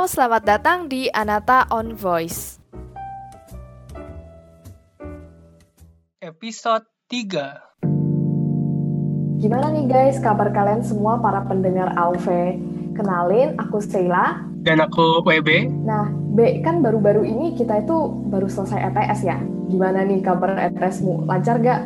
Halo, selamat datang di Anata on Voice. Episode 3. Gimana nih guys, kabar kalian semua para pendengar AUV? Kenalin, aku Sheila. Dan aku WB. Nah, B, kan baru-baru ini kita itu baru selesai ETS ya. Gimana nih kabar ETS-mu? Lancar gak?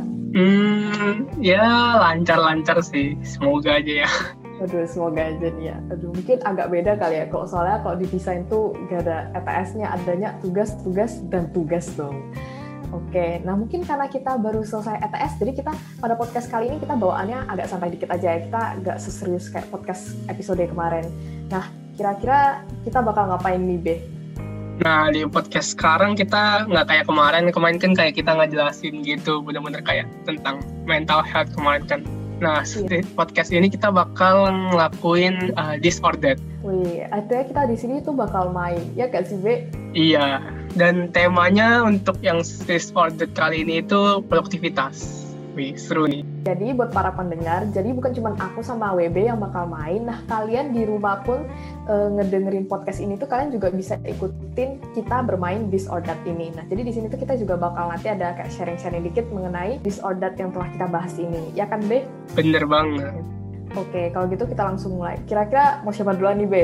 Ya lancar-lancar sih. Semoga aja ya. Aduh, semoga aja nih ya. Aduh, mungkin agak beda kali ya. Soalnya kalau di desain tuh gak ada ETS-nya, adanya tugas dong. Oke, nah mungkin karena kita baru selesai ETS, jadi kita pada podcast kali ini kita bawaannya agak santai dikit aja ya. Kita gak seserius kayak podcast episode kemarin. Nah, kira-kira kita bakal ngapain nih, Be? Nah, di podcast sekarang kita nggak kayak kemarin. Kemarin kan kayak kita nggak jelasin gitu, bener-bener kayak tentang mental health kemarin kan. Nah, di podcast ini kita bakal ngelakuin this or that. Wih, artinya kita di sini tuh bakal main, ya gak sih, Be? Iya, dan temanya untuk yang this or that kali ini itu produktivitas. Wih, seru nih. Jadi buat para pendengar, jadi bukan cuma aku sama WB yang bakal main. Nah, kalian di rumah pun ngedengerin podcast ini tuh kalian juga bisa ikutin kita bermain this or that ini. Nah, jadi di sini tuh kita juga bakal nanti ada kayak sharing-sharing dikit mengenai this or that yang telah kita bahas ini. Ya kan, Be? Bener banget. Oke, kalau gitu kita langsung mulai. Kira-kira mau siapa duluan nih, Be?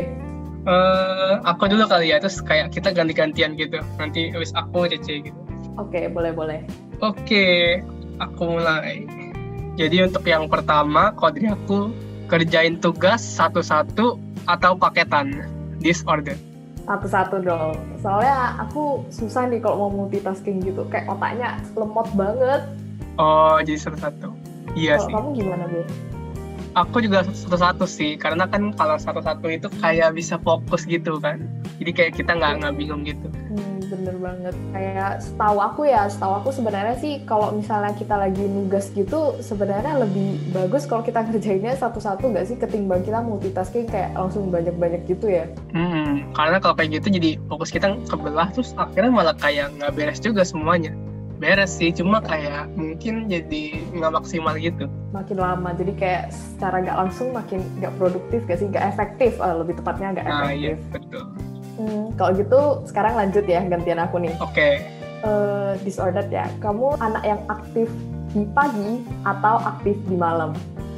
Aku dulu kali ya, terus kayak kita ganti-gantian gitu. Nanti habis aku Cece gitu. Oke, boleh. Oke, aku mulai. Jadi untuk yang pertama, kalau dari aku, kerjain tugas satu-satu atau paketan, this or that. Satu-satu dong. Soalnya aku susah nih kalau mau multitasking gitu. Kayak otaknya lemot banget. Oh, jadi satu-satu. Iya Kalau sih. kamu gimana, Be? Aku juga satu-satu sih, karena kan kalau satu-satu itu kayak bisa fokus gitu kan. Jadi kayak kita nggak bingung gitu. Bener banget. Kayak setahu aku sebenarnya sih kalau misalnya kita lagi nugas gitu sebenarnya lebih bagus kalau kita ngerjainnya satu-satu nggak sih ketimbang kita multitasking kayak langsung banyak-banyak gitu ya. Karena kalau kayak gitu jadi fokus kita kebelah, terus akhirnya malah kayak nggak beres juga semuanya. Beres sih, cuma kayak mungkin jadi nggak maksimal gitu. Makin lama, jadi kayak secara nggak langsung makin nggak produktif gak sih, nggak efektif, lebih tepatnya nggak efektif. Iya, betul. Kalau gitu sekarang lanjut ya, gantian aku nih. Oke. This or that ya, kamu anak yang aktif di pagi atau aktif di malam?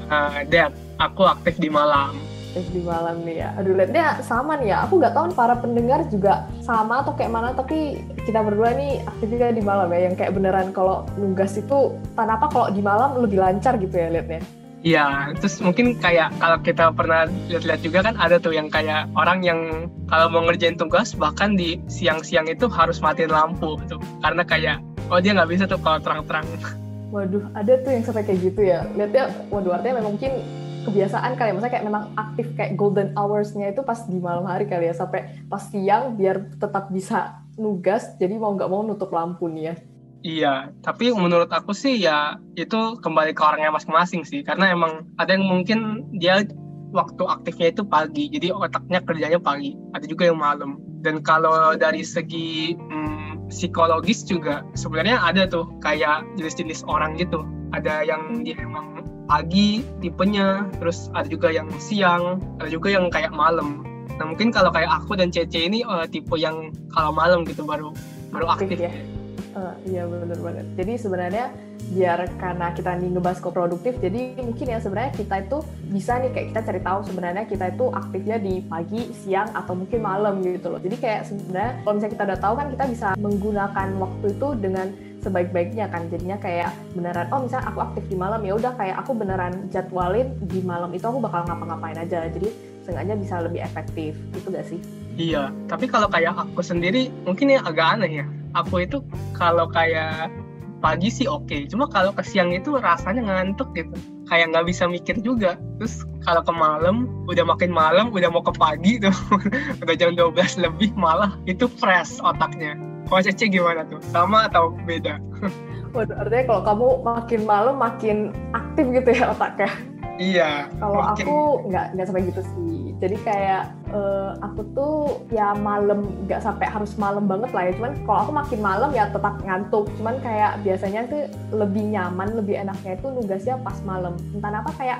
Dad, aku aktif di malam. Aktif di malam nih ya. Aduh, liatnya sama nih ya. Aku nggak tahu nih para pendengar juga sama atau kayak mana, tapi kita berdua nih aktif juga di malam ya. Yang kayak beneran kalau nugas itu, kenapa kalau di malam lebih lancar gitu ya liatnya. Iya, terus mungkin kayak kalau kita pernah lihat-lihat juga kan ada tuh yang kayak orang yang kalau mau ngerjain tugas bahkan di siang-siang itu harus matiin lampu tuh. Karena kayak, dia nggak bisa tuh kalau terang-terang. Waduh, ada tuh yang sampai kayak gitu ya. Lihatnya, waduh artinya memang mungkin kebiasaan kali ya, maksudnya kayak memang aktif kayak golden hours-nya itu pas di malam hari kali ya, sampai pas siang biar tetap bisa nugas, jadi mau nggak mau nutup lampu nih ya. Iya, tapi menurut aku sih ya itu kembali ke orangnya masing-masing sih, karena emang ada yang mungkin dia waktu aktifnya itu pagi, jadi otaknya kerjanya pagi, ada juga yang malam. Dan kalau dari segi psikologis juga sebenarnya ada tuh kayak jenis-jenis orang gitu, ada yang dia emang pagi tipenya, terus ada juga yang siang, ada juga yang kayak malam. Nah mungkin kalau kayak aku dan Cece ini tipe yang kalau malam gitu baru aktif ya. Iya benar banget. Jadi sebenarnya biar karena kita nih ngebahas produktif, jadi mungkin ya sebenarnya kita itu bisa nih kayak kita cari tahu sebenarnya kita itu aktifnya di pagi, siang atau mungkin malam gitu loh. Jadi kayak sebenarnya kalau misalnya kita udah tahu kan kita bisa menggunakan waktu itu dengan sebaik-baiknya kan. Jadinya kayak beneran misalnya aku aktif di malam, ya udah kayak aku beneran jadwalin di malam itu aku bakal ngapa-ngapain aja. Jadi seenggaknya bisa lebih efektif. Itu gak sih? Iya, tapi kalau kayak aku sendiri mungkin ya agak aneh ya. Aku itu kalau kayak pagi sih oke, cuma kalau ke siang itu rasanya ngantuk gitu, kayak nggak bisa mikir juga. Terus kalau ke malam, udah makin malam, udah mau ke pagi tuh, udah jam 12 lebih malah itu fresh otaknya. Kalau Cece gimana tuh? Sama atau beda? Waduh, artinya kalau kamu makin malam makin aktif gitu ya otaknya? Iya. Kalau aku nggak sampai gitu sih. Jadi kayak aku tuh ya malam, nggak sampai harus malam banget lah ya. Cuman kalau aku makin malam ya tetap ngantuk. Cuman kayak biasanya tuh lebih nyaman, lebih enaknya itu nugasnya pas malam. Entah apa kayak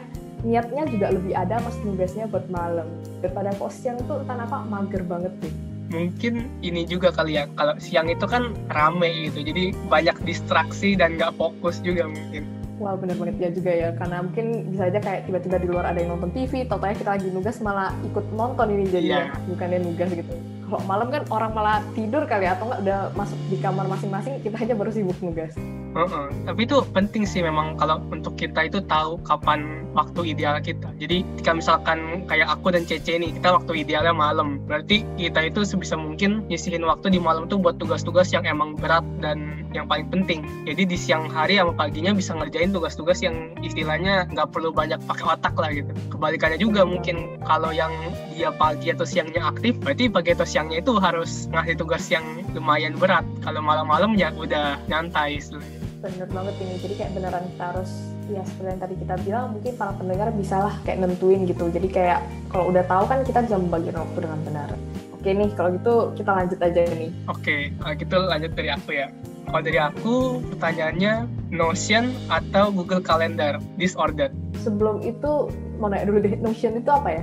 niatnya juga lebih ada pas nugasnya buat malam. Daripada kok siang tuh entah apa mager banget deh. Mungkin ini juga kali ya, kalau siang itu kan rame gitu, jadi banyak distraksi dan nggak fokus juga mungkin. Wah bener banget ya juga ya, karena mungkin bisa aja kayak tiba-tiba di luar ada yang nonton TV, totalnya kita lagi nugas malah ikut nonton ini jadinya, bukannya nugas gitu. Kalau malam kan orang malah tidur kali atau nggak udah masuk di kamar masing-masing, kita aja baru sibuk nugas. Tapi itu penting sih memang kalau untuk kita itu tahu kapan waktu ideal kita. Jadi jika misalkan kayak aku dan Cece nih, kita waktu idealnya malam, berarti kita itu sebisa mungkin nyisihin waktu di malam tuh buat tugas-tugas yang emang berat dan yang paling penting. Jadi di siang hari sama paginya bisa ngerjain tugas-tugas yang istilahnya nggak perlu banyak pakai otak lah gitu. Kebalikannya juga mungkin kalau yang dia pagi atau siangnya aktif, berarti pagi atau siangnya itu harus ngasih tugas yang lumayan berat. Kalau malam-malam ya udah nyantai istilahnya. Bener banget ini, jadi kayak beneran kita harus, ya seperti yang tadi kita bilang, mungkin para pendengar bisalah kayak nentuin gitu. Jadi kayak kalau udah tahu kan kita bisa membagi waktu dengan benar. Oke nih, kalau gitu kita lanjut aja nih. Oke, kalau gitu lanjut dari aku ya. Kalau dari aku, pertanyaannya Notion atau Google Calendar, disordered. Sebelum itu, mau nanya dulu deh, Notion itu apa ya?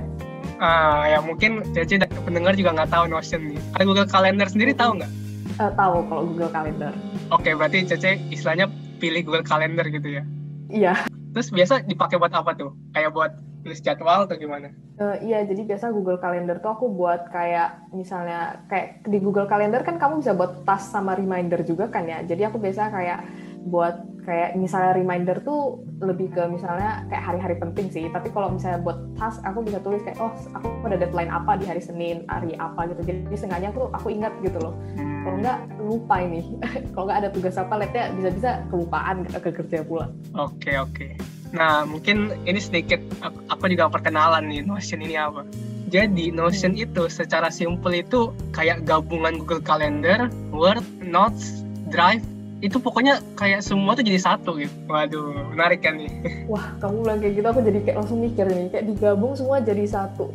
Ya mungkin Cece dan pendengar juga nggak tahu Notion nih. Ada Google Calendar sendiri tahu nggak? Tahu kalau Google Calendar. Oke, berarti Cece istilahnya pilih Google Calendar gitu ya? Iya. Terus biasa dipakai buat apa tuh? Kayak buat tulis jadwal atau gimana? Iya, jadi biasa Google Calendar tuh aku buat kayak misalnya kayak di Google Calendar kan kamu bisa buat task sama reminder juga kan ya. Jadi aku biasa kayak buat kayak misalnya reminder tuh lebih ke misalnya kayak hari-hari penting sih. Tapi kalau misalnya buat task aku bisa tulis kayak aku ada deadline apa di hari Senin, hari apa gitu. Jadi setengahnya aku ingat gitu loh. Kalau nggak lupa ini. Kalau nggak ada tugas apa, letnya bisa-bisa kelupaan, nggak kerja pula. Oke. Nah, mungkin ini sedikit aku juga perkenalan nih Notion ini apa. Jadi Notion itu secara simpel itu kayak gabungan Google Calendar, Word, Notes, Drive. Itu pokoknya kayak semua tuh jadi satu gitu. Waduh, menarik kan nih. Wah, kamu bilang kayak gitu aku jadi kayak langsung mikir nih, kayak digabung semua jadi satu.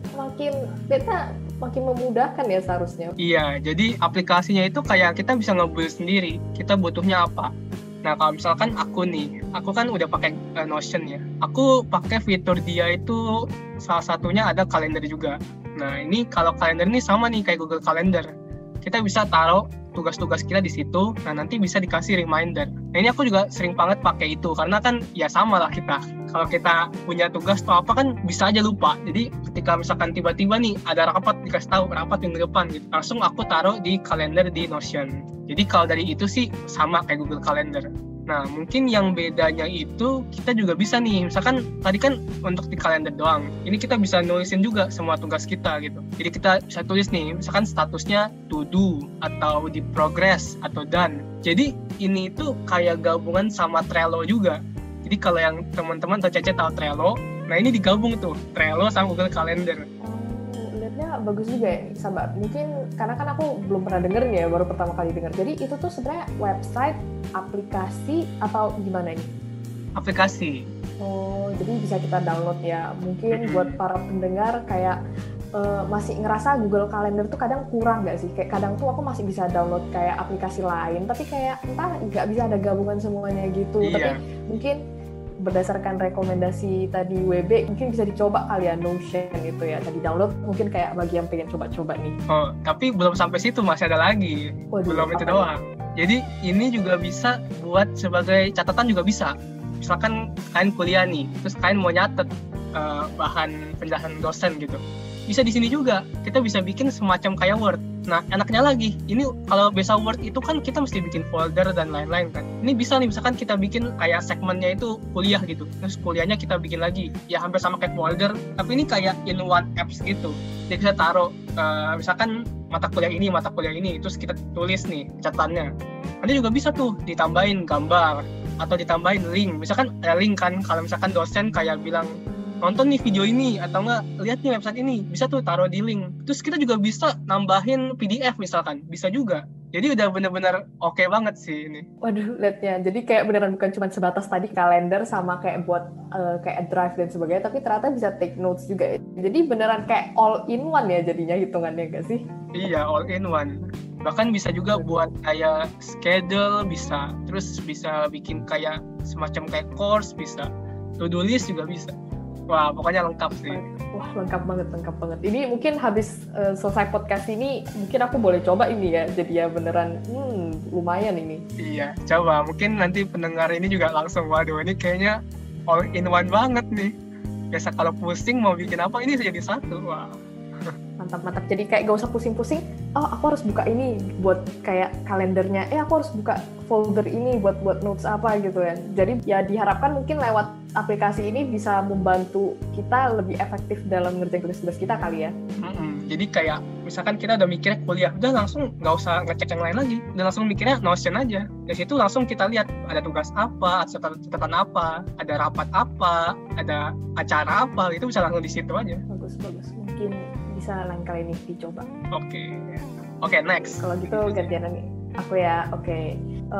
Makin memudahkan ya seharusnya. Iya, jadi aplikasinya itu kayak kita bisa nge-build sendiri. Kita butuhnya apa? Nah, kalau misalkan aku kan udah pakai Notion ya. Aku pakai fitur dia itu salah satunya ada kalender juga. Nah, ini kalau kalender ini sama nih kayak Google Calendar. Kita bisa taruh tugas-tugas kita di situ, nah nanti bisa dikasih reminder. Nah ini aku juga sering banget pakai itu, karena kan ya sama lah kita. Kalau kita punya tugas atau apa kan bisa aja lupa. Jadi ketika misalkan tiba-tiba nih ada rapat, dikasih tahu rapat minggu depan gitu, langsung aku taruh di kalender di Notion. Jadi kalau dari itu sih sama kayak Google Calendar. Nah, mungkin yang bedanya itu kita juga bisa nih, misalkan tadi kan untuk di kalender doang, ini kita bisa nulisin juga semua tugas kita gitu. Jadi kita bisa tulis nih, misalkan statusnya to do, atau di progress, atau done. Jadi ini itu kayak gabungan sama Trello juga. Jadi kalau yang teman-teman atau Cece tahu Trello, nah ini digabung tuh, Trello sama Google Calendar. Lihatnya bagus juga ya, sahabat. Mungkin karena kan aku belum pernah denger nih ya, baru pertama kali denger. Jadi itu tuh sebenarnya website, aplikasi, atau gimana ini? Aplikasi. Oh, jadi bisa kita download ya. Mungkin buat para pendengar kayak masih ngerasa Google Calendar tuh kadang kurang nggak sih? Kayak kadang tuh aku masih bisa download kayak aplikasi lain, tapi kayak entah nggak bisa ada gabungan semuanya gitu. Iya. Tapi mungkin berdasarkan rekomendasi tadi WB, mungkin bisa dicoba kali ya Notion itu ya. Tadi download mungkin kayak bagi yang pengen coba-coba nih. Oh, tapi belum sampai situ, masih ada lagi. Waduh, belum itu doang. Jadi ini juga bisa buat sebagai catatan juga bisa. Misalkan kalian kuliah nih, terus kalian mau nyatet bahan penjelasan dosen gitu. Bisa di sini juga, kita bisa bikin semacam kayak Word. Nah, enaknya lagi, ini kalau biasa Word itu kan kita mesti bikin folder dan lain-lain kan. Ini bisa nih, misalkan kita bikin kayak segmennya itu kuliah gitu. Terus kuliahnya kita bikin lagi, ya hampir sama kayak folder, tapi ini kayak in one apps gitu. Jadi kita taruh, misalkan mata kuliah ini, terus kita tulis nih catatannya. Nanti juga bisa tuh ditambahin gambar, atau ditambahin link. Misalkan ada link kan, kalau misalkan dosen kayak bilang, nonton nih video ini atau enggak lihat nih website ini, bisa tuh taruh di link. Terus kita juga bisa nambahin PDF misalkan, bisa juga. Jadi udah bener-bener oke banget sih ini. Waduh, liatnya. Jadi kayak beneran bukan cuma sebatas tadi kalender sama kayak buat kayak drive dan sebagainya, tapi ternyata bisa take notes juga. Jadi beneran kayak all in one ya jadinya hitungannya nggak sih? Iya, all in one. Bahkan bisa juga buat kayak schedule bisa. Terus bisa bikin kayak semacam kayak course bisa. To-do list juga bisa. Wah, pokoknya lengkap sih. Wah, lengkap banget. Ini mungkin habis selesai podcast ini, mungkin aku boleh coba ini ya. Jadi ya beneran, lumayan ini. Iya, coba. Mungkin nanti pendengar ini juga langsung, waduh ini kayaknya all in one banget nih. Biasa kalau pusing mau bikin apa, ini jadi satu. Wah. Mantap. Jadi kayak gak usah pusing-pusing, oh aku harus buka ini buat kayak kalendernya, aku harus buka folder ini buat notes apa gitu kan. Jadi ya diharapkan mungkin lewat aplikasi ini bisa membantu kita lebih efektif dalam ngerjain tugas-tugas kita kali ya. Jadi kayak misalkan kita udah mikirnya kuliah, udah langsung nggak usah ngecek yang lain lagi, udah langsung mikirnya Notion aja. Dari situ langsung kita lihat ada tugas apa, ada catatan apa, ada rapat apa, ada acara apa, itu bisa langsung di situ aja. Bagus. Mungkin bisa lain kali ini dicoba. Oke, next. Kalau gitu gantian nih. Aku ya, oke.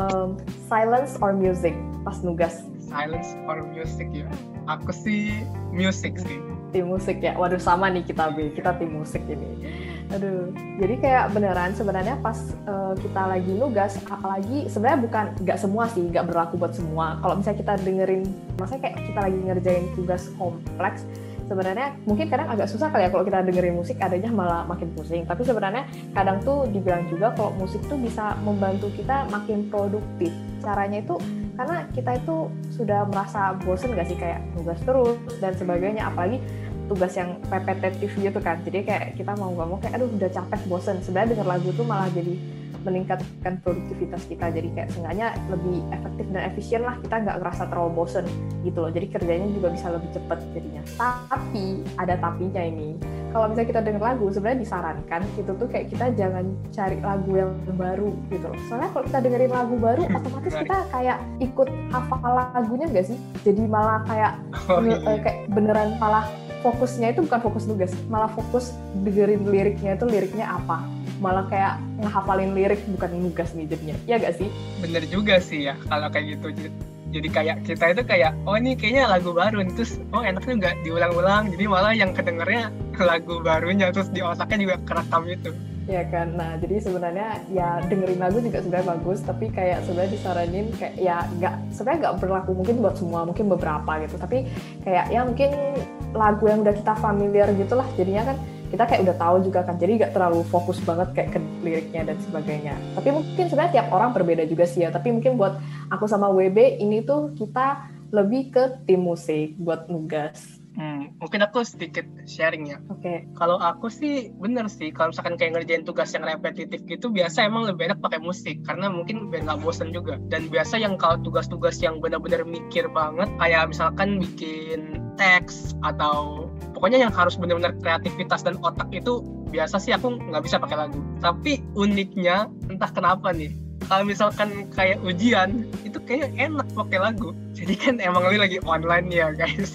Silence or music pas nugas? Silence or music ya? Aku sih music sih. Tim musik ya? Waduh, sama nih kita tim musik ini. Aduh, jadi kayak beneran sebenarnya pas kita lagi nugas, apalagi sebenarnya nggak semua sih, nggak berlaku buat semua. Kalau misalnya kita dengerin, maksudnya kayak kita lagi ngerjain tugas kompleks, sebenarnya mungkin kadang agak susah kali ya kalau kita dengerin musik, adanya malah makin pusing. Tapi sebenarnya kadang tuh dibilang juga kalau musik tuh bisa membantu kita makin produktif. Caranya itu karena kita itu sudah merasa bosen gak sih kayak tugas terus dan sebagainya, apalagi tugas yang repetitif gitu kan. Jadi kayak kita mau gak mau kayak aduh udah capek, bosen. Sebenarnya denger lagu tuh malah jadi meningkatkan produktivitas kita, jadi kayak seenggaknya lebih efektif dan efisien lah, kita nggak ngerasa terlalu bosen gitu loh, jadi kerjanya juga bisa lebih cepat jadinya. Tapi ada tapinya ini, kalau misalnya kita denger lagu sebenarnya disarankan itu tuh kayak kita jangan cari lagu yang baru gitu loh, soalnya kalau kita dengerin lagu baru otomatis kita kayak ikut hafal lagunya nggak sih, jadi malah kayak kayak beneran malah fokusnya itu bukan fokus tugas, malah fokus dengerin liriknya itu liriknya apa, malah kayak ngehafalin lirik bukan nugas nih jadinya, ya gak sih? Bener juga sih ya kalau kayak gitu. Jadi kayak kita itu kayak ini kayaknya lagu baru, terus enaknya nggak diulang-ulang, jadi malah yang kedengernya lagu barunya, terus di otaknya juga kerekam itu. Ya kan, nah jadi sebenarnya ya dengerin lagu juga sebenarnya bagus, tapi kayak sebenarnya disaranin kayak ya sebenarnya nggak berlaku mungkin buat semua, mungkin beberapa gitu, tapi kayak ya mungkin lagu yang udah kita familiar gitulah, jadinya kan kita kayak udah tahu juga kan, jadi nggak terlalu fokus banget kayak ke liriknya dan sebagainya. Tapi mungkin sebenarnya tiap orang berbeda juga sih ya, tapi mungkin buat aku sama WB ini tuh kita lebih ke tim musik buat nugas. Mungkin aku sedikit sharing ya. Oke. Kalau aku sih bener sih, kalau misalkan kayak ngerjain tugas yang repetitif gitu, biasa emang lebih enak pakai musik, karena mungkin biar nggak bosen juga. Dan biasa yang kalau tugas-tugas yang benar-benar mikir banget, kayak misalkan bikin teks atau pokoknya yang harus benar-benar kreativitas dan otak itu, biasa sih aku nggak bisa pakai lagu. Tapi uniknya entah kenapa nih, kalau misalkan kayak ujian itu kayak enak pakai lagu. Jadi kan emang lagi online ya guys.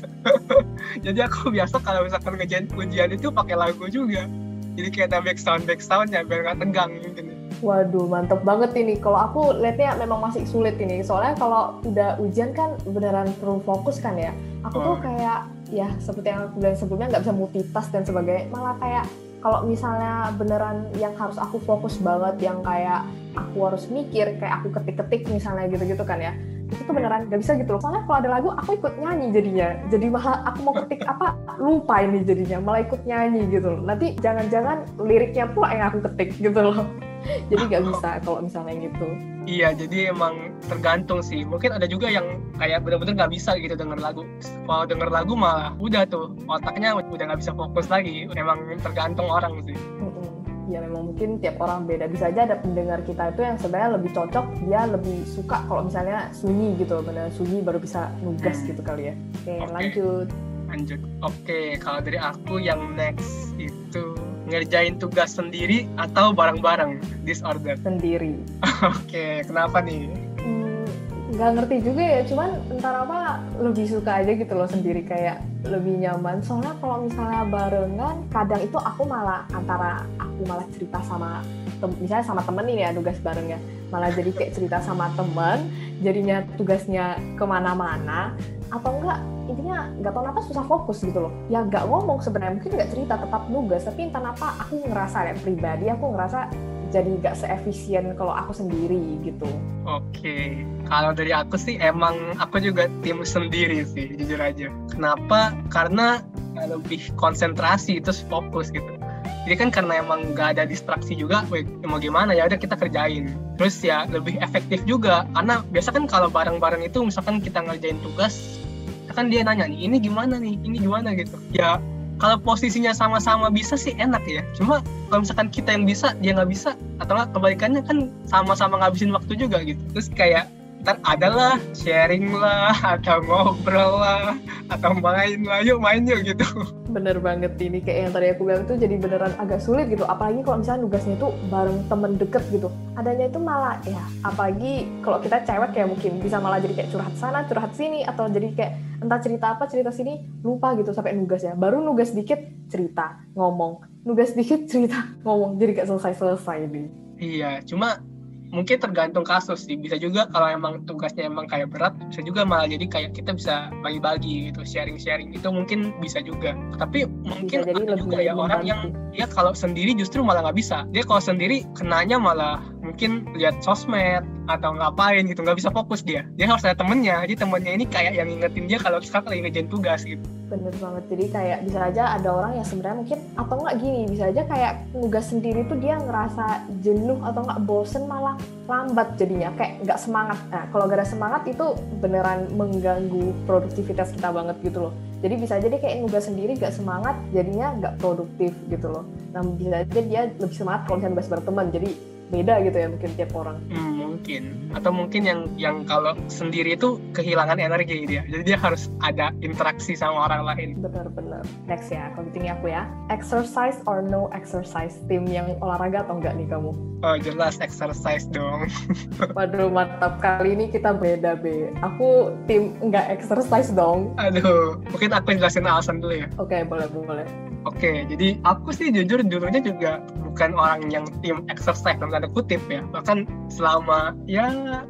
Jadi aku biasa kalau misalkan ngerjain ujian itu pakai lagu juga. Jadi kayak ada backsoundnya biar nggak tegang mungkin. Waduh, mantep banget ini. Kalau aku lihatnya memang masih sulit ini. Soalnya kalau udah ujian kan beneran perlu fokus kan ya. Aku tuh kayak ya seperti yang aku bilang sebelumnya nggak bisa multitask dan sebagainya. Malah kayak kalau misalnya beneran yang harus aku fokus banget, yang kayak aku harus mikir, kayak aku ketik-ketik misalnya gitu-gitu kan ya, itu tuh beneran gak bisa gitu loh. Soalnya kalau ada lagu aku ikut nyanyi jadinya, jadi malah aku mau ketik apa lupa ini jadinya, malah ikut nyanyi gitu loh. Nanti jangan-jangan liriknya pula yang aku ketik gitu loh. Jadi gak bisa kalau misalnya gitu. Iya, jadi emang tergantung sih. Mungkin ada juga yang kayak benar-benar nggak bisa gitu denger lagu. Kalau denger lagu malah udah tuh otaknya udah nggak bisa fokus lagi. Emang tergantung orang sih. Ya memang mungkin tiap orang beda. Bisa aja ada pendengar kita itu yang sebenarnya lebih cocok, dia lebih suka kalau misalnya sunyi gitu, benar sunyi baru bisa nugas gitu kali ya. Oke. Lanjut. Oke, kalau dari aku yang next itu ngerjain tugas sendiri atau bareng-bareng, disorder? Sendiri. Oke, kenapa nih? Nggak ngerti juga ya, cuman entar apa lebih suka aja gitu loh sendiri, kayak lebih nyaman. Soalnya kalau misalnya barengan, kadang itu aku malah cerita sama misalnya sama temen ini ya, tugas barengnya malah jadi kayak cerita sama temen, jadinya tugasnya kemana-mana, atau enggak intinya nggak tahu kenapa susah fokus gitu loh. Ya nggak ngomong sebenarnya, mungkin nggak cerita, tetap nugas, tapi entah kenapa aku ngerasa ya pribadi, aku ngerasa jadi nggak seefisien kalau aku sendiri gitu. Oke, kalau dari aku sih emang aku juga tim sendiri sih, jujur aja. Kenapa? Karena lebih konsentrasi, terus fokus gitu. Jadi kan karena emang nggak ada distraksi juga, mau gimana ya udah kita kerjain. Terus ya lebih efektif juga, karena biasa kan kalau bareng-bareng itu misalkan kita ngerjain tugas, kan dia nanya nih, ini gimana gitu. Ya kalau posisinya sama-sama bisa sih enak ya. Cuma kalau misalkan kita yang bisa, dia nggak bisa, atau nggak kebalikannya kan sama-sama ngabisin waktu juga gitu. Terus kayak ntar adalah sharing lah, atau ngobrol lah, atau main lah, yuk main yuk gitu. Bener banget, ini kayak yang tadi aku bilang itu jadi beneran agak sulit gitu, apalagi kalau misalnya tugasnya itu bareng temen deket gitu, adanya itu malah ya, apalagi kalau kita cewek ya mungkin bisa malah jadi kayak curhat sana, curhat sini, atau jadi kayak entah cerita apa, cerita sini, lupa gitu sampai nugasnya, baru nugas dikit cerita, ngomong, nugas dikit cerita, ngomong, jadi kayak selesai nih. Iya, cuma mungkin tergantung kasus sih. Bisa juga kalau emang tugasnya emang kayak berat, bisa juga malah jadi kayak kita bisa bagi-bagi gitu, sharing-sharing itu mungkin bisa juga. Tapi mungkin ada juga ya orang yang dia kalau sendiri justru malah nggak bisa. Dia kalau sendiri kenanya malah mungkin lihat sosmed atau ngapain gitu, nggak bisa fokus dia. Dia harus ada temennya. Jadi temennya ini kayak yang ngingetin dia kalau sekarang lagi ngerjain tugas gitu. Bener banget, jadi kayak bisa aja ada orang yang sebenarnya mungkin, atau nggak gini, bisa aja kayak nugas sendiri tuh dia ngerasa jenuh atau nggak bosen, malah lambat jadinya, kayak nggak semangat. Nah kalau gak ada semangat itu beneran mengganggu produktivitas kita banget gitu loh. Jadi bisa aja dia kayak nugas sendiri gak semangat, jadinya nggak produktif gitu loh. Nah bisa aja dia lebih semangat kalau misalnya nugas berteman, jadi beda gitu ya mungkin tiap orang. Mungkin, atau mungkin yang kalau sendiri itu kehilangan energi dia, jadi dia harus ada interaksi sama orang lain. Benar-benar. Next ya, kalau gitu ini aku ya. Exercise or no exercise? Tim yang olahraga atau enggak nih kamu? Oh jelas exercise dong. Waduh mantap, kali ini kita beda Be. Aku tim enggak exercise dong. Aduh, mungkin aku jelasin alasan dulu ya. Oke, boleh. Oke, jadi aku sih jujur dulunya juga bukan orang yang tim exercise dalam tanda kutip ya. Bahkan selama ya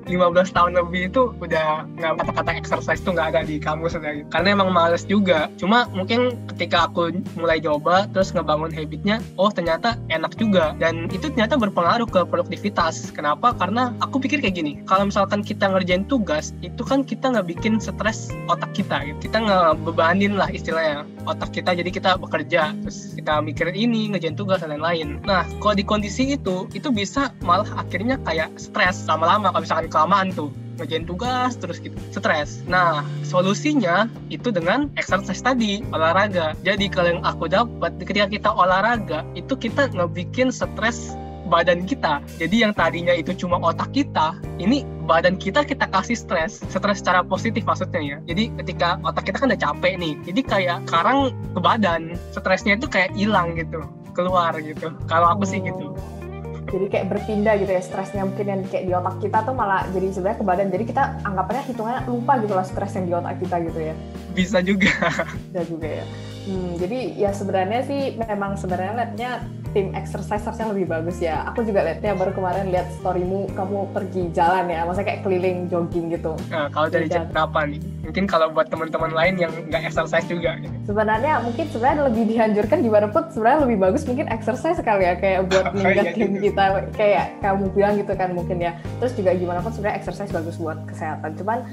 15 tahun lebih itu udah nggak, kata-kata exercise tuh nggak ada di kamus gitu. Karena emang males juga. Cuma mungkin ketika aku mulai coba terus ngebangun habitnya, oh ternyata enak juga. Dan itu ternyata berpengaruh ke produktivitas. Kenapa? Karena aku pikir kayak gini, kalau misalkan kita ngerjain tugas, itu kan kita nggak bikin stres otak kita gitu. Kita ngebebanin lah istilahnya otak kita, jadi kita bekerja terus kita mikirin ini, ngerjain tugas dan lain-lain. Nah kalau di kondisi itu bisa malah akhirnya kayak stres lama-lama kalau misalkan kelamaan tuh ngerjain tugas terus gitu, stres. Nah solusinya itu dengan exercise tadi, olahraga. Jadi kalau yang aku dapat, ketika kita olahraga itu kita ngebikin stres badan kita. Jadi yang tadinya itu cuma otak kita, ini badan kita kasih stres secara positif maksudnya ya. Jadi ketika otak kita kan udah capek nih, jadi kayak sekarang ke badan, stresnya itu kayak hilang gitu, keluar gitu. Kalau aku sih gitu. Jadi kayak berpindah gitu ya, stresnya mungkin yang kayak di otak kita tuh malah jadi sebenarnya ke badan. Jadi kita anggapannya hitungannya lupa gitu lah stres yang di otak kita gitu ya. Bisa juga. Bisa juga ya. Jadi ya sebenarnya sih memang sebenarnya liatnya tim exercise harusnya lebih bagus ya. Aku juga liatnya baru kemarin lihat storymu, kamu pergi jalan ya, maksudnya kayak keliling jogging gitu. Nah, kalau dari jam berapa nih? Mungkin kalau buat teman-teman lain yang nggak exercise juga. Sebenarnya lebih dianjurkan gimana pun sebenarnya lebih bagus mungkin exercise sekali ya, kayak buat ningkatin kita kayak kamu bilang gitu kan mungkin ya. Terus juga gimana pun sebenarnya exercise bagus buat kesehatan. Cuman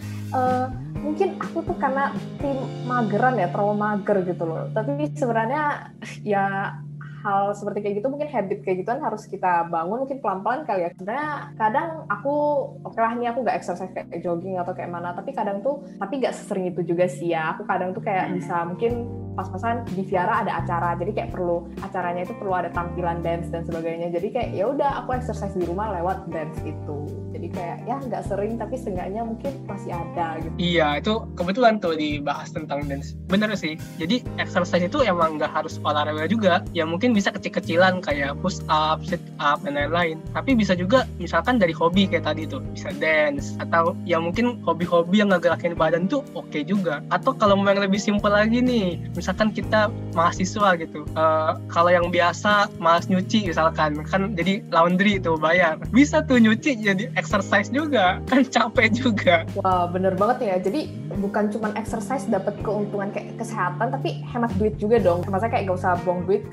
mungkin aku tuh karena tim mageran ya, terlalu mager gitu loh. Tapi sebenarnya ya hal seperti kayak gitu, mungkin habit kayak gituan harus kita bangun mungkin pelan-pelan kali ya. Sebenarnya kadang aku, oke lah nih aku nggak exercise kayak jogging atau kayak mana, tapi kadang tuh, tapi nggak sesering itu juga sih ya. Aku kadang tuh kayak bisa mungkin pas-pasan di Viara ada acara, jadi kayak perlu acaranya itu perlu ada tampilan dance dan sebagainya. Jadi kayak ya udah aku exercise di rumah lewat dance itu. Jadi kayak ya nggak sering tapi seenggaknya mungkin masih ada gitu. Iya, itu kebetulan tuh dibahas tentang dance. Bener sih. Jadi exercise itu emang nggak harus olahraga juga. Ya mungkin bisa kecil-kecilan kayak push up, sit up dan lain-lain. Tapi bisa juga misalkan dari hobi kayak tadi tuh, bisa dance atau ya mungkin hobi-hobi yang ngegerakin badan tuh oke juga. Atau kalau mau yang lebih simpel lagi nih, misalkan kita mahasiswa gitu, kalau yang biasa malas nyuci misalkan, kan jadi laundry tuh bayar, bisa tuh nyuci jadi exercise juga, kan capek juga. Wah bener banget ya, jadi bukan cuma exercise dapat keuntungan kayak kesehatan, tapi hemat duit juga dong. Maksudnya kayak gak usah buang duit ke laundry,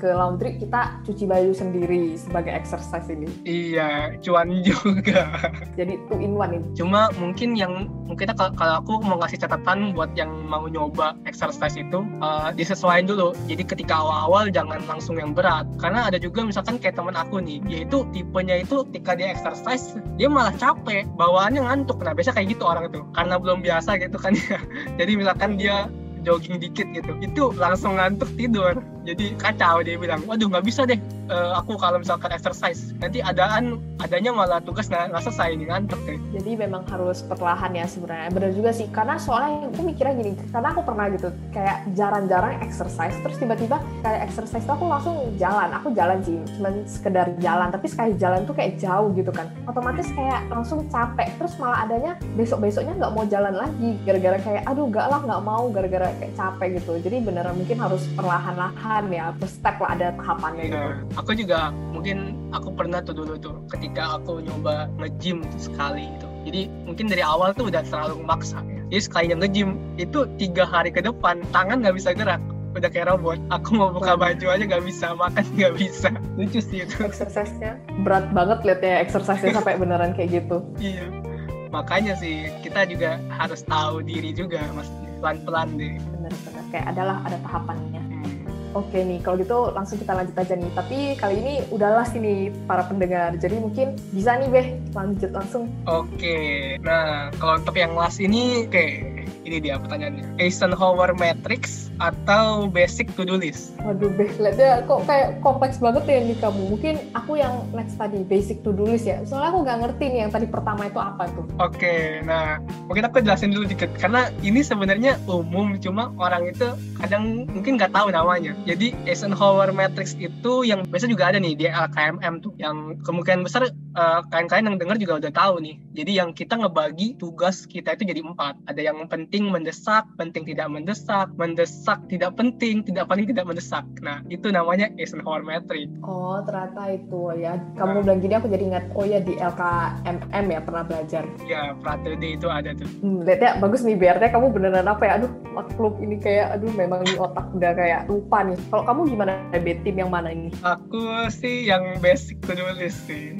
justru kita cuci baju sendiri sebagai exercise ini. Iya, cuan juga. Jadi 2 in 1 ini. Cuma mungkin kalau aku mau ngasih catatan buat yang mau nyoba exercise itu, disesuaikan dulu. Jadi ketika awal-awal jangan langsung yang berat. Karena ada juga misalkan kayak teman aku nih, yaitu tipenya itu ketika dia exercise, dia malah capek, bawaannya ngantuk. Nah biasa kayak gitu orang itu, karena belum biasa gitu kan ya. Jadi misalkan dia jogging dikit gitu, itu langsung ngantuk tidur. Jadi kacau, dia bilang, waduh nggak bisa deh aku kalau misalkan exercise, nanti adanya malah tugas nggak selesai, ini ngantuk deh. Jadi memang harus perlahan ya sebenarnya. Bener juga sih, karena soalnya aku mikirnya gini, karena aku pernah gitu kayak jarang-jarang exercise, terus tiba-tiba kayak exercise tuh aku langsung aku jalan sih, cuma sekedar jalan, tapi sekali jalan tuh kayak jauh gitu kan, otomatis kayak langsung capek, terus malah adanya besok-besoknya nggak mau jalan lagi gara-gara kayak aduh nggak mau gara-gara kayak capek gitu. Jadi beneran mungkin harus perlahan-lahan ya, per step lah, ada tahapannya gitu. Aku juga mungkin aku pernah tuh dulu tuh ketika aku nyoba nge-gym sekali gitu. Jadi mungkin dari awal tuh udah terlalu maksa ya. Jadi sekalinya nge-gym itu 3 hari ke depan tangan nggak bisa gerak, udah kayak robot. Aku mau buka baju aja nggak bisa, makan nggak bisa. Lucu sih itu. Exercise-nya berat banget liat ya, exercise-nya sampai beneran kayak gitu. Iya. Makanya sih kita juga harus tahu diri juga, maksudnya pelan-pelan deh. Bener-bener kayak ada tahapannya. Oke nih, kalau gitu langsung kita lanjut aja nih. Tapi kali ini udah last ini para pendengar. Jadi mungkin bisa nih Beh, lanjut langsung. Oke, nah kalau untuk yang last ini, ini dia pertanyaannya. Eisenhower Matrix atau Basic To-Do List? Waduh Beh, lihatnya kok kayak kompleks banget ya nih kamu. Mungkin aku yang next tadi, Basic To-Do List ya. Soalnya aku nggak ngerti nih yang tadi pertama itu apa tuh. Oke, nah mungkin aku jelasin dulu dikit. Karena ini sebenarnya umum, cuma orang itu kadang mungkin nggak tahu namanya. Jadi Eisenhower Matrix itu yang biasa juga ada nih di LKMM tuh, yang kemungkinan besar kalian yang dengar juga udah tahu nih. Jadi yang kita ngebagi tugas kita itu jadi 4. Ada yang penting mendesak, penting tidak mendesak tidak penting, paling tidak mendesak. Nah itu namanya Eisenhower Matrix. Oh ternyata itu ya. Kamu bilang gini aku jadi ingat, oh ya di LKMM ya pernah belajar. Ya Pratede itu ada tuh. Lihat ya, bagus nih BRT kamu beneran apa ya, aduh maklum ini kayak memang di otak udah kayak lupa nih. Kalau kamu gimana, tim yang mana ini? Aku sih yang Basic To-Do List sih.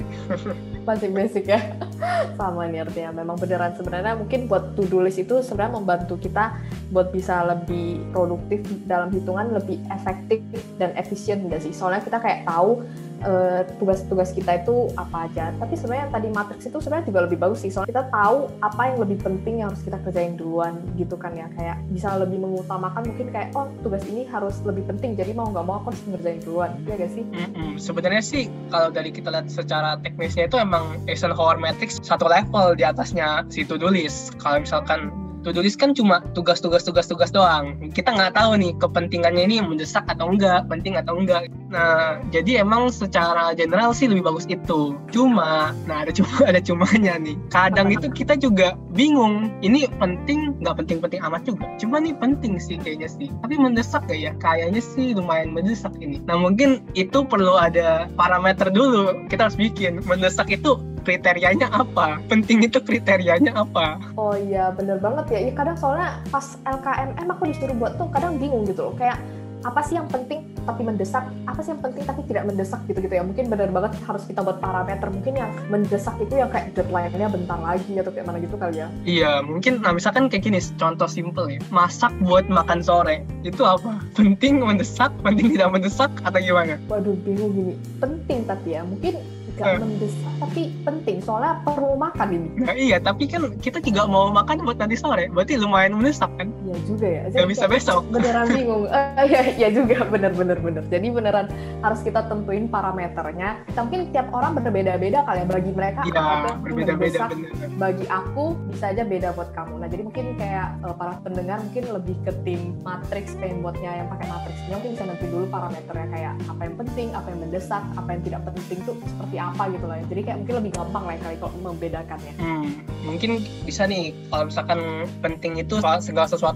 Masih basic ya. Sama nih artinya, memang beneran sebenarnya mungkin buat to-do list itu sebenarnya membantu kita buat bisa lebih produktif, dalam hitungan lebih efektif dan efisien enggak sih? Soalnya kita kayak tahu tugas-tugas kita itu apa aja. Tapi sebenarnya yang tadi matriks itu sebenarnya juga lebih bagus sih. Soalnya kita tahu apa yang lebih penting yang harus kita kerjain duluan gitu kan ya. Kayak bisa lebih mengutamakan mungkin kayak tugas ini harus lebih penting. Jadi mau nggak mau aku harus ngerjain duluan. Iya nggak sih? Sebenarnya sih kalau dari kita lihat secara teknisnya itu emang Eisenhower Matrix satu level di atasnya si to-do list. Kalau misalkan to-do list kan cuma tugas doang. Kita nggak tahu nih kepentingannya ini mendesak atau enggak, penting atau enggak. Nah, jadi emang secara general sih lebih bagus itu. Cuma, ada cumanya nih. Kadang itu kita juga bingung. Ini penting, nggak penting-penting amat juga. Cuma nih penting sih kayaknya sih. Tapi mendesak nggak ya? Kayaknya sih lumayan mendesak ini. Nah, mungkin itu perlu ada parameter dulu. Kita harus bikin. Mendesak itu kriterianya apa? Penting itu kriterianya apa? Oh iya, bener banget ya. Iya, kadang soalnya pas LKMM aku disuruh buat tuh kadang bingung gitu loh. Kayak apa sih yang penting tapi mendesak? Apa sih yang penting tapi tidak mendesak gitu-gitu ya. Mungkin bener banget harus kita buat parameter. Mungkin yang mendesak itu yang kayak deadline-nya bentar lagi atau kayak mana gitu kali ya. Iya, mungkin misalkan kayak gini, contoh simple ya. Masak buat makan sore. Itu apa? Penting mendesak, penting tidak mendesak atau gimana? Waduh, bingung gini. Penting tapi ya. Mungkin gak mendesak tapi penting soalnya perlu makan ini. Nah iya, tapi kan kita juga mau makan buat nanti sore, berarti lumayan mendesak kan? Iya juga ya. Gak bisa besok. Beneran bingung. Iya juga, bener. Jadi beneran harus kita tentuin parameternya. Mungkin tiap orang berbeda-beda kali ya. Bagi mereka ya, berbeda-beda. Bagi aku bisa aja beda buat kamu. Nah jadi mungkin kayak para pendengar mungkin lebih ke tim matrix, pengen buatnya yang pakai matrixnya mungkin bisa nanti dulu parameternya kayak apa yang penting, apa yang mendesak, apa yang tidak penting tuh seperti apa gitu lah ya. Jadi kayak mungkin lebih gampang lah kalau membedakannya. Mungkin bisa nih kalau misalkan penting itu segala sesuatu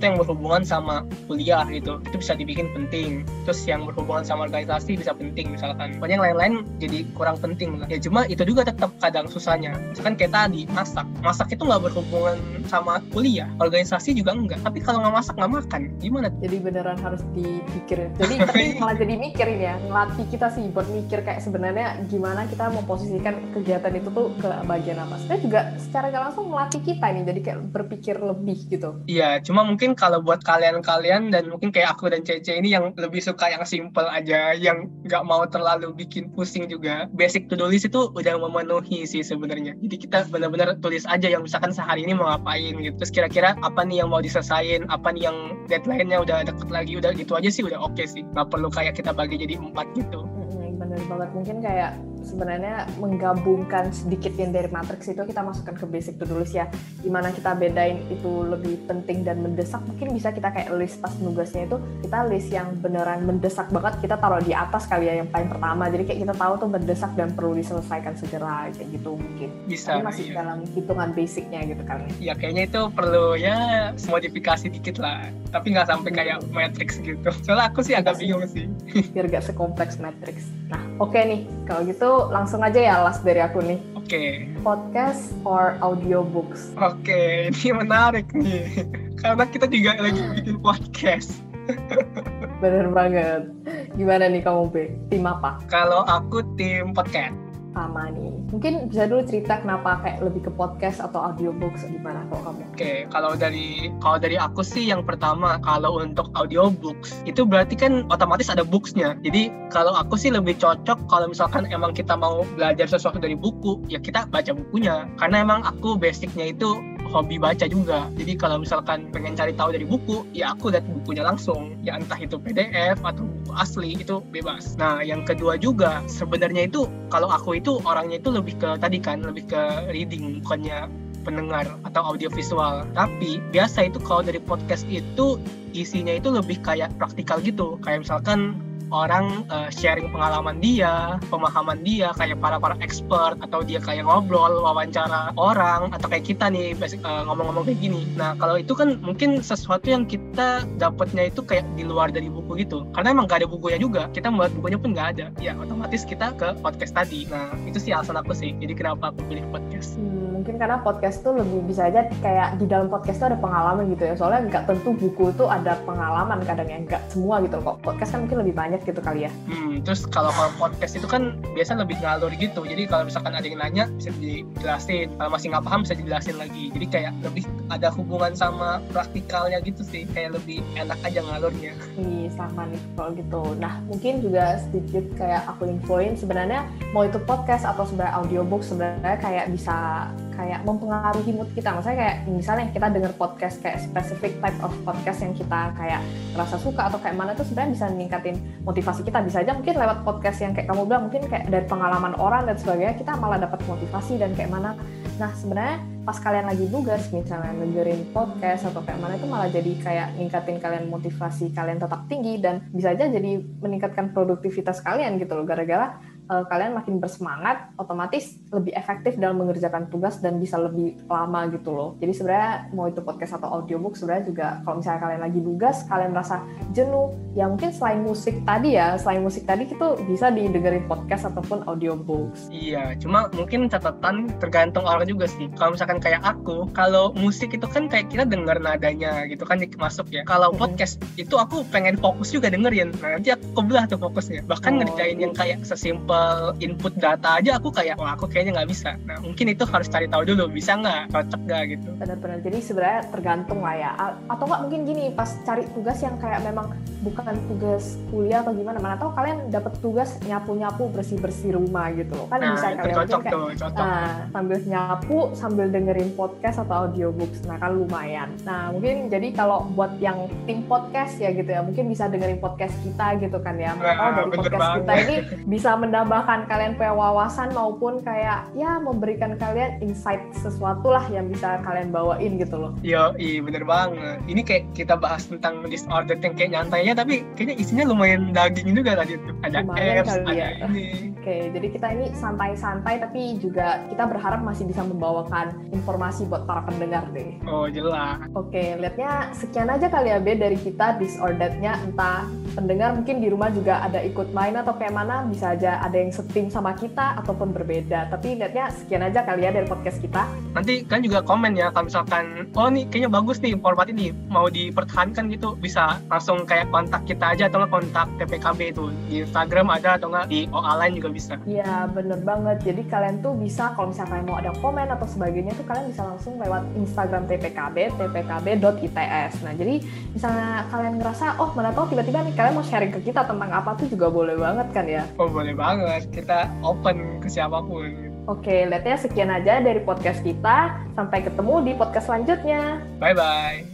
sesuatu yang berhubungan sama kuliah gitu, itu bisa dibikin penting. Terus yang berhubungan sama organisasi bisa penting misalkan. Pokoknya yang lain-lain jadi kurang penting lah. Ya cuma itu juga tetap kadang susahnya. Misalkan kayak tadi masak itu nggak berhubungan sama kuliah, organisasi juga enggak. Tapi kalau nggak masak nggak makan, gimana? Jadi beneran harus dipikir. Jadi tapi malah jadi mikirin ya, ngelatih kita sih buat mikir kayak sebenarnya gimana kita memposisikan kegiatan itu tuh ke bagian apa. Sebenarnya juga secara gak langsung melatih kita nih, jadi kayak berpikir lebih gitu. Iya, cuma mungkin kalau buat kalian-kalian dan mungkin kayak aku dan Cece ini yang lebih suka yang simple aja, yang nggak mau terlalu bikin pusing juga, basic to do list itu udah memenuhi sih sebenarnya. Jadi kita benar-benar tulis aja yang misalkan sehari ini mau ngapain gitu. Terus kira-kira apa nih yang mau diselesain, apa nih yang deadline-nya udah deket lagi, udah gitu aja sih udah oke sih. Nggak perlu kayak kita bagi jadi 4 gitu. Bener banget, mungkin kayak sebenarnya menggabungkan sedikit yang dari matriks itu kita masukkan ke basic to do list ya, gimana kita bedain itu lebih penting dan mendesak. Mungkin bisa kita kayak list pas nugasnya itu kita list yang beneran mendesak banget, kita taruh di atas kali ya yang paling pertama, jadi kayak kita tahu tuh mendesak dan perlu diselesaikan segera kayak gitu mungkin. Bisa. Tapi masih dalam hitungan basicnya gitu kali ya. Kayaknya itu perlu ya modifikasi dikit lah, tapi nggak sampai kayak matrix gitu. Soalnya aku sih agak bingung sih. Biar gak sekompleks matrix. Nah, oke nih, kalau gitu langsung aja ya last dari aku nih. Oke. Podcast or audiobooks? Oke, ini menarik nih. Karena kita juga lagi bikin podcast. Bener banget. Gimana nih kamu, B? Tim apa? Kalau aku tim podcast. Sama nih. Mungkin bisa dulu cerita kenapa kayak lebih ke podcast atau audiobooks, gimana kalau kamu? Oke, kalau dari aku sih yang pertama, kalau untuk audiobooks itu berarti kan otomatis ada books-nya. Jadi kalau aku sih lebih cocok kalau misalkan emang kita mau belajar sesuatu dari buku, ya kita baca bukunya. Karena emang aku basicnya itu hobi baca juga. Jadi kalau misalkan pengen cari tahu dari buku, ya aku lihat bukunya langsung. Ya entah itu PDF atau buku asli, itu bebas. Nah, yang kedua juga sebenarnya itu kalau aku itu orangnya itu lebih ke reading, bukannya pendengar atau audiovisual. Tapi biasa itu kalau dari podcast itu isinya itu lebih kayak praktikal gitu. Kayak misalkan orang sharing pengalaman dia, pemahaman dia, kayak para expert, atau dia kayak ngobrol, wawancara orang, atau kayak kita nih ngomong-ngomong kayak gini. Nah, kalau itu kan mungkin sesuatu yang kita dapatnya itu kayak di luar dari buku gitu. Karena emang gak ada bukunya juga, kita membuat bukunya pun gak ada. Ya, otomatis kita ke podcast tadi. Nah, itu sih alasan aku sih. Jadi kenapa aku pilih podcast. Mungkin karena podcast tuh lebih bisa aja kayak di dalam podcast tuh ada pengalaman gitu ya. Soalnya nggak tentu buku itu ada pengalaman, kadang yang nggak semua gitu. Kok podcast kan mungkin lebih banyak gitu kali ya. Terus kalau podcast itu kan biasa lebih ngalur gitu. Jadi kalau misalkan ada yang nanya bisa dijelasin. Kalau masih nggak paham bisa dijelasin lagi. Jadi kayak lebih ada hubungan sama praktikalnya gitu sih. Kayak lebih enak aja ngalurnya. Sama nih kalau gitu. Nah, mungkin juga sedikit kayak aku infoin sebenarnya mau itu podcast atau sebenarnya audiobook sebenarnya kayak bisa kayak mempengaruhi mood kita. Maksudnya kayak misalnya kita denger podcast kayak specific type of podcast yang kita kayak rasa suka atau kayak mana itu sebenarnya bisa meningkatin motivasi kita. Bisa aja mungkin lewat podcast yang kayak kamu bilang mungkin kayak dari pengalaman orang dan sebagainya kita malah dapat motivasi dan kayak mana. Nah, sebenarnya pas kalian lagi tugas misalnya dengerin podcast atau kayak mana itu malah jadi kayak ningkatin kalian motivasi kalian tetap tinggi dan bisa aja jadi meningkatkan produktivitas kalian gitu loh, gara-gara kalian makin bersemangat, otomatis lebih efektif dalam mengerjakan tugas dan bisa lebih lama gitu loh. Jadi sebenarnya mau itu podcast atau audiobook sebenarnya juga kalau misalnya kalian lagi tugas, kalian merasa jenuh, ya mungkin selain musik tadi itu bisa didengerin podcast ataupun audiobooks. Iya, cuma mungkin catatan tergantung orang juga sih. Kalau misalkan kayak aku, kalau musik itu kan kayak kita denger nadanya gitu kan masuk ya. Kalau podcast itu aku pengen fokus juga dengerin. Nah, nanti aku kebelah tuh fokusnya. Bahkan ngerjain yang kayak sesimpel input data aja aku kayak wah aku kayaknya nggak bisa. Nah mungkin itu harus cari tahu dulu bisa nggak, cocok nggak gitu. Benar-benar. Jadi sebenarnya tergantung lah ya. Atau nggak mungkin gini pas cari tugas yang kayak memang bukan tugas kuliah atau gimana, mana tahu kalian dapat tugas nyapu-nyapu bersih-bersih rumah gitu loh. Kan bisa kalian cocok kayak cocok. Sambil nyapu sambil dengerin podcast atau audiobooks. Nah kan lumayan. Nah mungkin jadi kalau buat yang tim podcast ya gitu ya, mungkin bisa dengerin podcast kita gitu kan ya. Dari podcast kita ini bisa menambahkan kalian punya wawasan maupun kayak ya memberikan kalian insight sesuatu lah yang bisa kalian bawain gitu loh. Iya bener banget. Ini kayak kita bahas tentang disorder yang kayak nyantainya tapi kayaknya isinya lumayan daging juga tadi tuh. Ada lumayan apps, ada ya. ini. Oke, jadi kita ini santai-santai tapi juga kita berharap masih bisa membawakan informasi buat para pendengar deh. Oh, jelas. Oke, lihatnya sekian aja kali ya Be dari kita This or That-nya. Entah pendengar mungkin di rumah juga ada ikut main atau kayak mana, bisa aja ada yang setim sama kita ataupun berbeda. Tapi lihatnya sekian aja kali ya dari podcast kita. Nanti kan juga komen ya kalau misalkan oh nih kayaknya bagus nih format ini mau dipertahankan gitu, bisa langsung kayak kontak kita aja atau nggak kontak TPKB itu di Instagram ada atau nggak di OA lain juga bisa. Iya bener banget, jadi kalian tuh bisa kalau misalnya kalian mau ada komen atau sebagainya tuh kalian bisa langsung lewat Instagram TPKB, tpkb.its. Nah jadi misalnya kalian ngerasa oh mana tahu tiba-tiba nih kalian mau sharing ke kita tentang apa tuh juga boleh banget kan ya. Oh boleh banget, kita open ke siapapun. Oke, lihatnya sekian aja dari podcast kita, sampai ketemu di podcast selanjutnya. Bye bye.